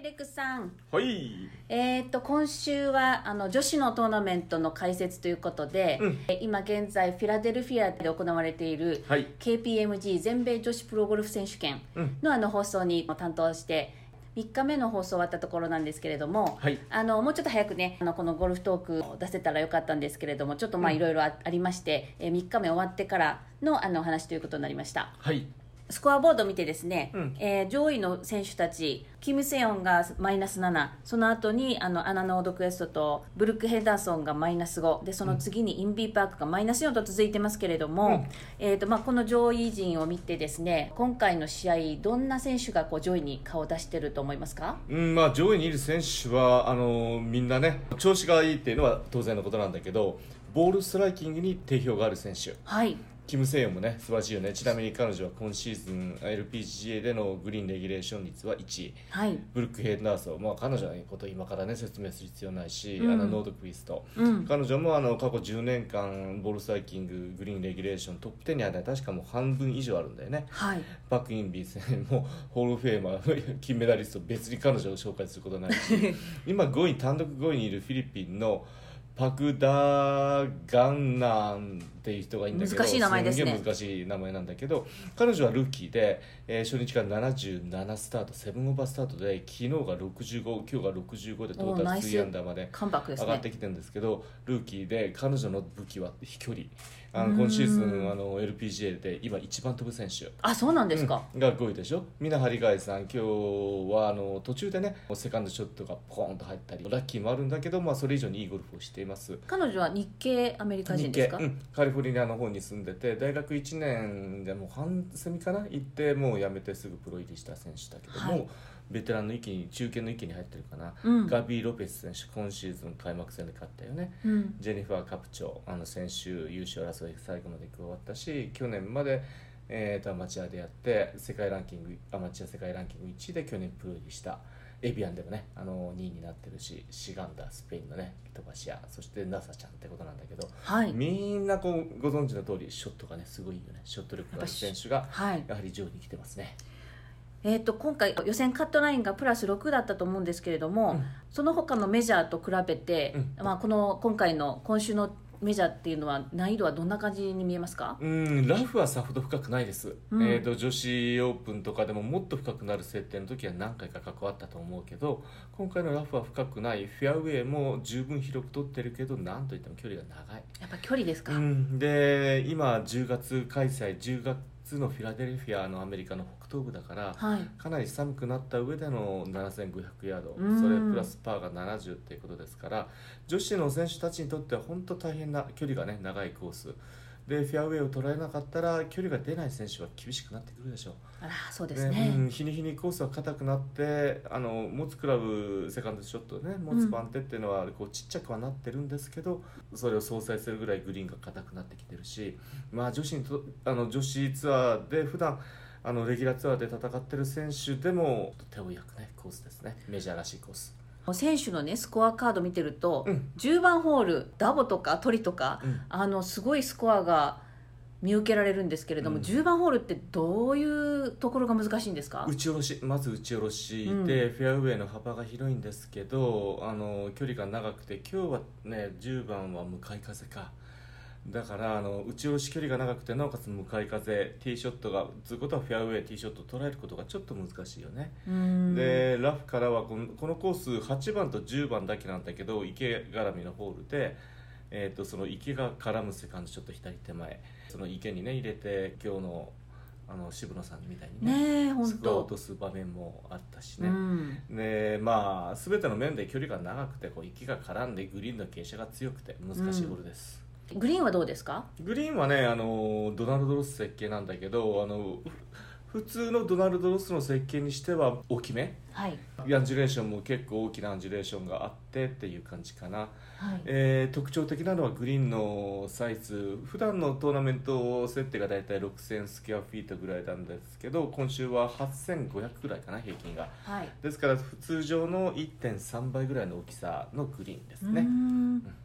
レックスさん。 はい。 今週は女子のトーナメントの解説ということで、今現在フィラデルフィアで行われている、 はい、 KPMG 全米女子プロゴルフ選手権の、放送に担当して3日目の放送終わったところなんですけれども、 はい、 もうちょっと早くねこのゴルフトークを出せたらよかったんですけれども、ちょっといろいろありまして、3日目終わってからの話ということになりました。 はい。 スコアボードを見てですね、上位の選手たち、キム・セヨンがマイナス7、その後にアナ・ノードクエストとブルック・ヘダーソンがマイナス5で、その次にインビー・パークがマイナス4と続いてますけれども、この上位陣を見てですね、今回の試合どんな選手が上位に顔を出してると思いますか？ 上位にいる選手はみんなね調子がいいっていうのは当然のことなんだけど、ボールストライキングに定評がある選手、 はい、 キム・セヨンもね素晴らしいよね。ちなみに彼女は今シーズン LPGA でのグリーンレギュレーション率は1位、はい、ブルック・ヘンダーソン、彼女のことを今からね説明する必要ないし、ノードクイスト、彼女も過去10年間ボールストライキンググリーンレギュレーショントップ10に入ったら確かもう半分以上あるんだよね、はい、パク・インビー戦もホールフェーマー金メダリスト、別に彼女を紹介することないし今単独5位にいるフィリピンのパクダ・ガンナンっていう人がいいんだけど、 難しい名前ですね。 すげえ難しい名前なんだけど、彼女はルーキーで、初日から77スタート、7オーバースタートで、昨日が65、今日が65でトータル3アンダーまで上がってきてるんですけど、ルーキーで彼女の武器は飛距離。今シーズンLPGA で今一番飛ぶ選手、 そうなんですか、 が5位でしょ。ミナ・ハリガイさん、今日は途中でねセカンドショットがポーンと入ったりラッキーもあるんだけど、それ以上にいいゴルフをしています。 彼女は日系アメリカ人ですか？ カリフォルニアの方に住んでて、大学1年でもう半セミかな行って、もう辞めてすぐプロ入りした選手だけども、はい、ベテランの域に中堅の域に入ってるかな、ガビー・ロペス選手今シーズン開幕戦で勝ったよね、ジェニファー・カプチョ先週優勝争い最後まで加わったし、去年までアマチュアでやってアマチュア世界ランキング1位で去年プロ入りしたエビアンでもね2位になってるし、シガンダスペインのね飛ばし屋、そしてナサちゃんってことなんだけど、はい、みんなご存知の通りショットがねすごいよね。ショット力がある選手がやはり上位に来てますね。 今回予選カットラインがプラス6だったと思うんですけれども、その他のメジャーと比べて、今週のメジャーっていうのは難易度はどんな感じに見えますか？ ラフはさほど深くないです、女子オープンとかでももっと深くなる設定の時は何回か関わったと思うけど、今回のラフは深くない。フェアウェイも十分広く取ってるけど、なんといっても距離が長い。 やっぱ距離ですか？ で今10月開催、10月のフィラデルフィアのアメリカの北東部だから、かなり寒くなった上での7500ヤード、それプラスパーが70っていうことですから、女子の選手たちにとっては本当大変な距離がね長いコースで、フェアウェイを捉えなかったら距離が出ない選手は厳しくなってくるでしょう。 そうですね。 日に日にコースは硬くなって、持つクラブセカンドショットね、持つ番手っていうのはちっちゃくはなってるんですけど、それを相殺するぐらいグリーンが硬くなってきてるし、女子ツアーで普段レギュラーツアーで戦ってる選手でも手を焼くねコースですね。メジャーらしいコース。 選手のねスコアカード見てると、10番ホールダボとかトリとか、すごいスコアが見受けられるんですけれども、10番ホールってどういうところが難しいんですか？ まず打ち下ろしで、フェアウェイの幅が広いんですけど、距離が長くて、今日はね10番は向かい風か、だから打ち下ろし距離が長くて、なおかつ向かい風、ティーショットがということはフェアウェイティーショットを捉えることがちょっと難しいよね。でラフからはこのコース8番と10番だけなんだけど、池絡みのホールで、その池が絡むセカンドショット左手前、その池にね入れて、今日の渋野さんみたいにねスコアを落とす場面もあったしね、で全ての面で距離が長くて池が絡んでグリーンの傾斜が強くて難しいホールです。 グリーンはどうですか？ グリーンはねドナルド・ロス設計なんだけど、普通のドナルド・ロスの設計にしては大きめ、アンジュレーションも結構大きなアンジュレーションがあってっていう感じかな、特徴的なのはグリーンのサイズ。普段のトーナメント設定がだいたい6000スクエアフィートぐらいなんですけど、今週は8500ぐらいかな平均が、ですから通常の 1.3 倍ぐらいの大きさのグリーンですね。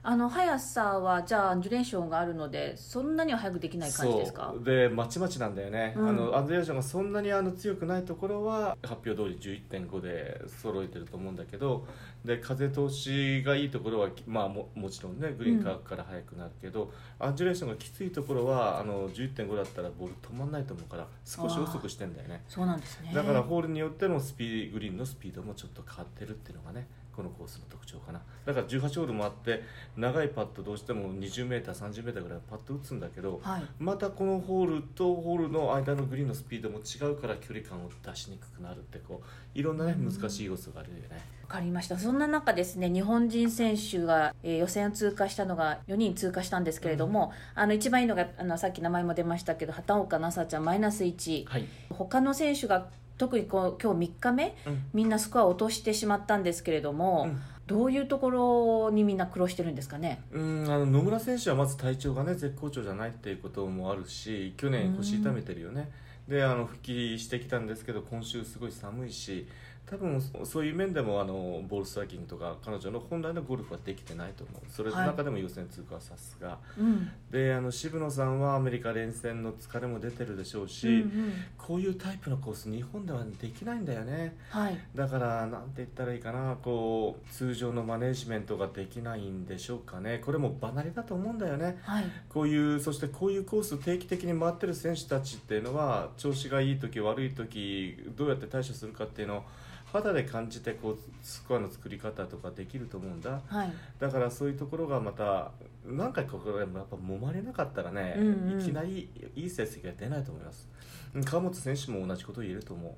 速さはじゃあアンジュレーションがあるのでそんなには速くできない感じですか？ そうでまちまちなんだよね、アンジュレーションがそんなに強くないところは発表通り 11.5 で揃えてると思うんだけど、で風通しがいいところは、もちろんねグリーン乾くから速くなるけど、アンジュレーションがきついところは11.5 だったらボール止まんないと思うから少し遅くしてんだよね。 そうなんですね。 だからホールによってのグリーンのスピードもちょっと変わってるっていうのがねこのコースの特徴かな。だから18ホールもあって長いパットどうしても 20m、30m ぐらいパット打つんだけど、またこのホールとホールの間のグリーンのスピードも違うから距離感を出しにくくなるっていろんなね難しい要素があるよね。 わかりました。そんな中ですね、日本人選手が、予選を通過したのが4人通過したんですけれども、一番いいのがさっき名前も出ましたけど畑岡奈紗ちゃんマイナス1、他の選手が特に今日3日目、みんなスコアを落としてしまったんですけれども、どういうところにみんな苦労してるんですかね？ 野村選手はまず体調がね絶好調じゃないっていうこともあるし、去年腰痛めてるよね。で復帰してきたんですけど今週すごい寒いし、多分そういう面でもボールストライキングとか彼女の本来のゴルフはできてないと思う。それの中でも予選通過はさすが、で渋野さんはアメリカ連戦の疲れも出てるでしょうし、こういうタイプのコース日本ではできないんだよね、だからなんて言ったらいいかな、通常のマネジメントができないんでしょうかね。これも離れだと思うんだよね、そしてこういうコースを定期的に回ってる選手たちっていうのは調子がいい時悪い時どうやって対処するかっていうのを肌で感じてスコアの作り方とかできると思うんだ、だからそういうところがまた何回かこれもやっぱ揉まれなかったらね、いきなりいい成績が出ないと思います。川本選手も同じことを言えると思う。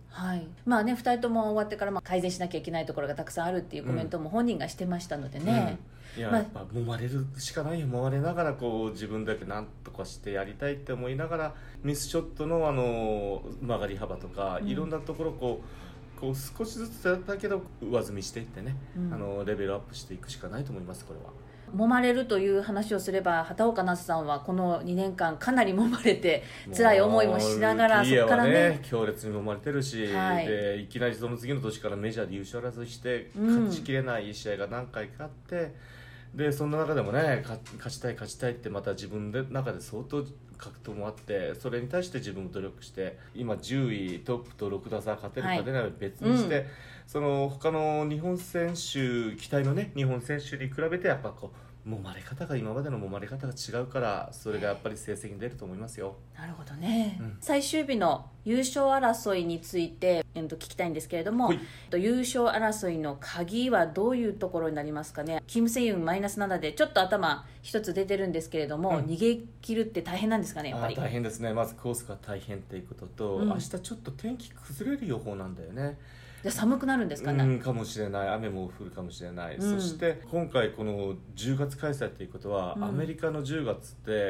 2人とも終わってから改善しなきゃいけないところがたくさんあるっていうコメントも本人がしてましたのでね、 やっぱ揉まれるしかないよ。揉まれながら自分だけ何とかしてやりたいって思いながらミスショットの曲がり幅とか、いろんなところ少しずつだけど上積みしていってね、レベルアップしていくしかないと思います。これは揉まれるという話をすれば畑岡奈紗さんはこの2年間かなり揉まれて辛い思いもしながら、 そこからね強烈に揉まれてるし、でいきなりその次の年からメジャーで優勝争いして勝ちきれない試合が何回かあって、でそんな中でもね勝ちたいってまた自分の中で相当格闘もあって、それに対して自分も努力して今10位トップと6打差勝てるか出ないか別にして、その他の日本選手期待のね日本選手に比べてやっぱ揉まれ方が今までの揉まれ方が違うから、それがやっぱり成績に出ると思いますよ。 なるほどね、最終日の優勝争いについて、聞きたいんですけれども、優勝争いの鍵はどういうところになりますかね？キム・セユンマイナス7でちょっと頭一つ出てるんですけれども、逃げ切るって大変なんですかね？やっぱり大変ですね。まずコースが大変っていうことと、明日ちょっと天気崩れる予報なんだよね。 寒くなるんですかね？ かもしれない。雨も降るかもしれない、そして今回この10月開催ということは、アメリカの10月って、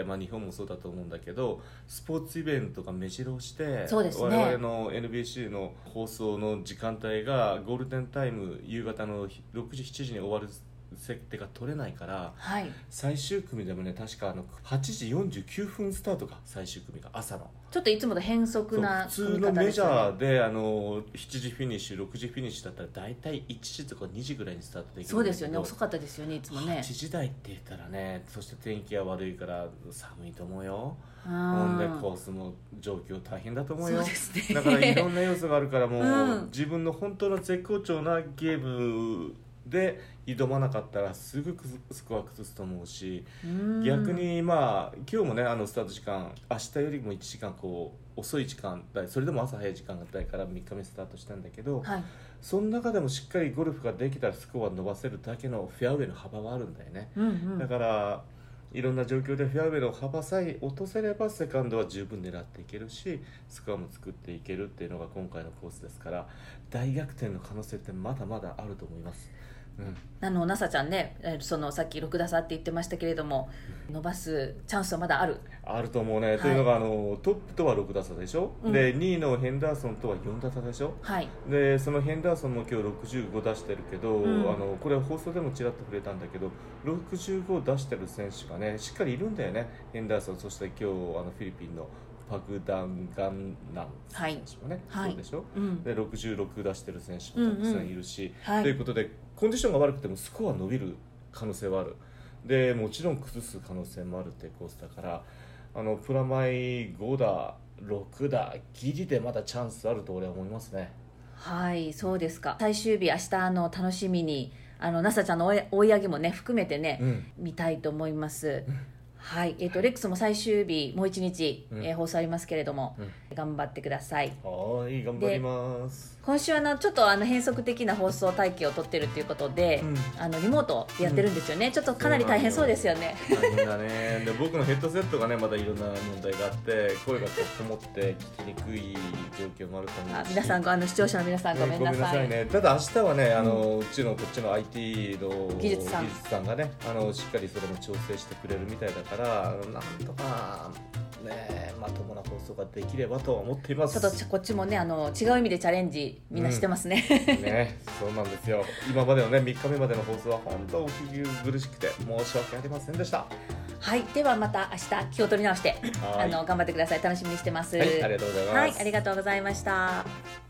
日本もそうだと思うんだけどスポーツイベントが目白押して、我々の NBC の放送の時間帯がゴールデンタイム夕方の6時7時に終わる設定が取れないから、最終組でもね確か8時49分スタートか、最終組が朝のちょっといつもと変則な普通のメジャーで7時フィニッシュ6時フィニッシュだったら大体1時とか2時ぐらいにスタートできるんだけど、 そうですよね、遅かったですよねいつもね。 8時台って言ったらね、そして天気が悪いから寒いと思うよ。ほんでコースも状況大変だと思うよ。 そうですね、 だからいろんな要素があるからもう、自分の本当の絶好調なゲームで挑まなかったらすぐスコア崩すと思うし、逆に今日もねスタート時間明日よりも1時間遅い時間帯、それでも朝早い時間帯から3日目スタートしたんだけど、その中でもしっかりゴルフができたらスコアを伸ばせるだけのフェアウェイの幅はあるんだよね、だからいろんな状況でフェアウェイの幅さえ落とせればセカンドは十分狙っていけるしスコアも作っていけるっていうのが今回のコースですから、大逆転の可能性ってまだまだあると思います。 ナサちゃんね、さっき6打差って言ってましたけれども、伸ばすチャンスはまだあると思うね、というのがトップとは6打差でしょ、で2位のヘンダーソンとは4打差でしょ、でそのヘンダーソンも今日65出してるけど、これは放送でもちらっと触れたんだけど65出してる選手がねしっかりいるんだよね。ヘンダーソン、そして今日フィリピンのパクダンガンナン選手もね、そうでしょ、で66出してる選手もたくさんいるし、ということでコンディションが悪くてもスコア伸びる可能性はある。 でもちろん崩す可能性もあるってコースだから、プラマイ5打6打ギリでまだチャンスあると俺は思いますね。 はい、そうですか。最終日明日楽しみにNASA ちゃんの追い上げもね含めてね、見たいと思います。はい、レックスも最終日もう一日、放送ありますけれども、頑張ってください。 はい、頑張ります。 今週はちょっと変則的な放送体系をとってるということで、リモートでやってるんですよね。ちょっとかなり大変そうですよね。 大変だね。で僕のヘッドセットがねまだいろんな問題があって声がこもって聞きにくい状況もあると思うし、 皆さん視聴者の皆さんごめんなさい。 ね、ただ明日はねうちのこっちの IT の技術さんがねしっかりそれも調整してくれるみたいだからなんとかねまともな放送ができればとは思っています。 ちょっとこっちもね違う意味でチャレンジみんなしてますね。 ね、そうなんですよ。今までのね3日目までの放送は本当お聞き苦しくて申し訳ありませんでした。 はい、ではまた明日気を取り直して頑張ってください。楽しみにしてます。 はい、ありがとうございます。 はい、ありがとうございました。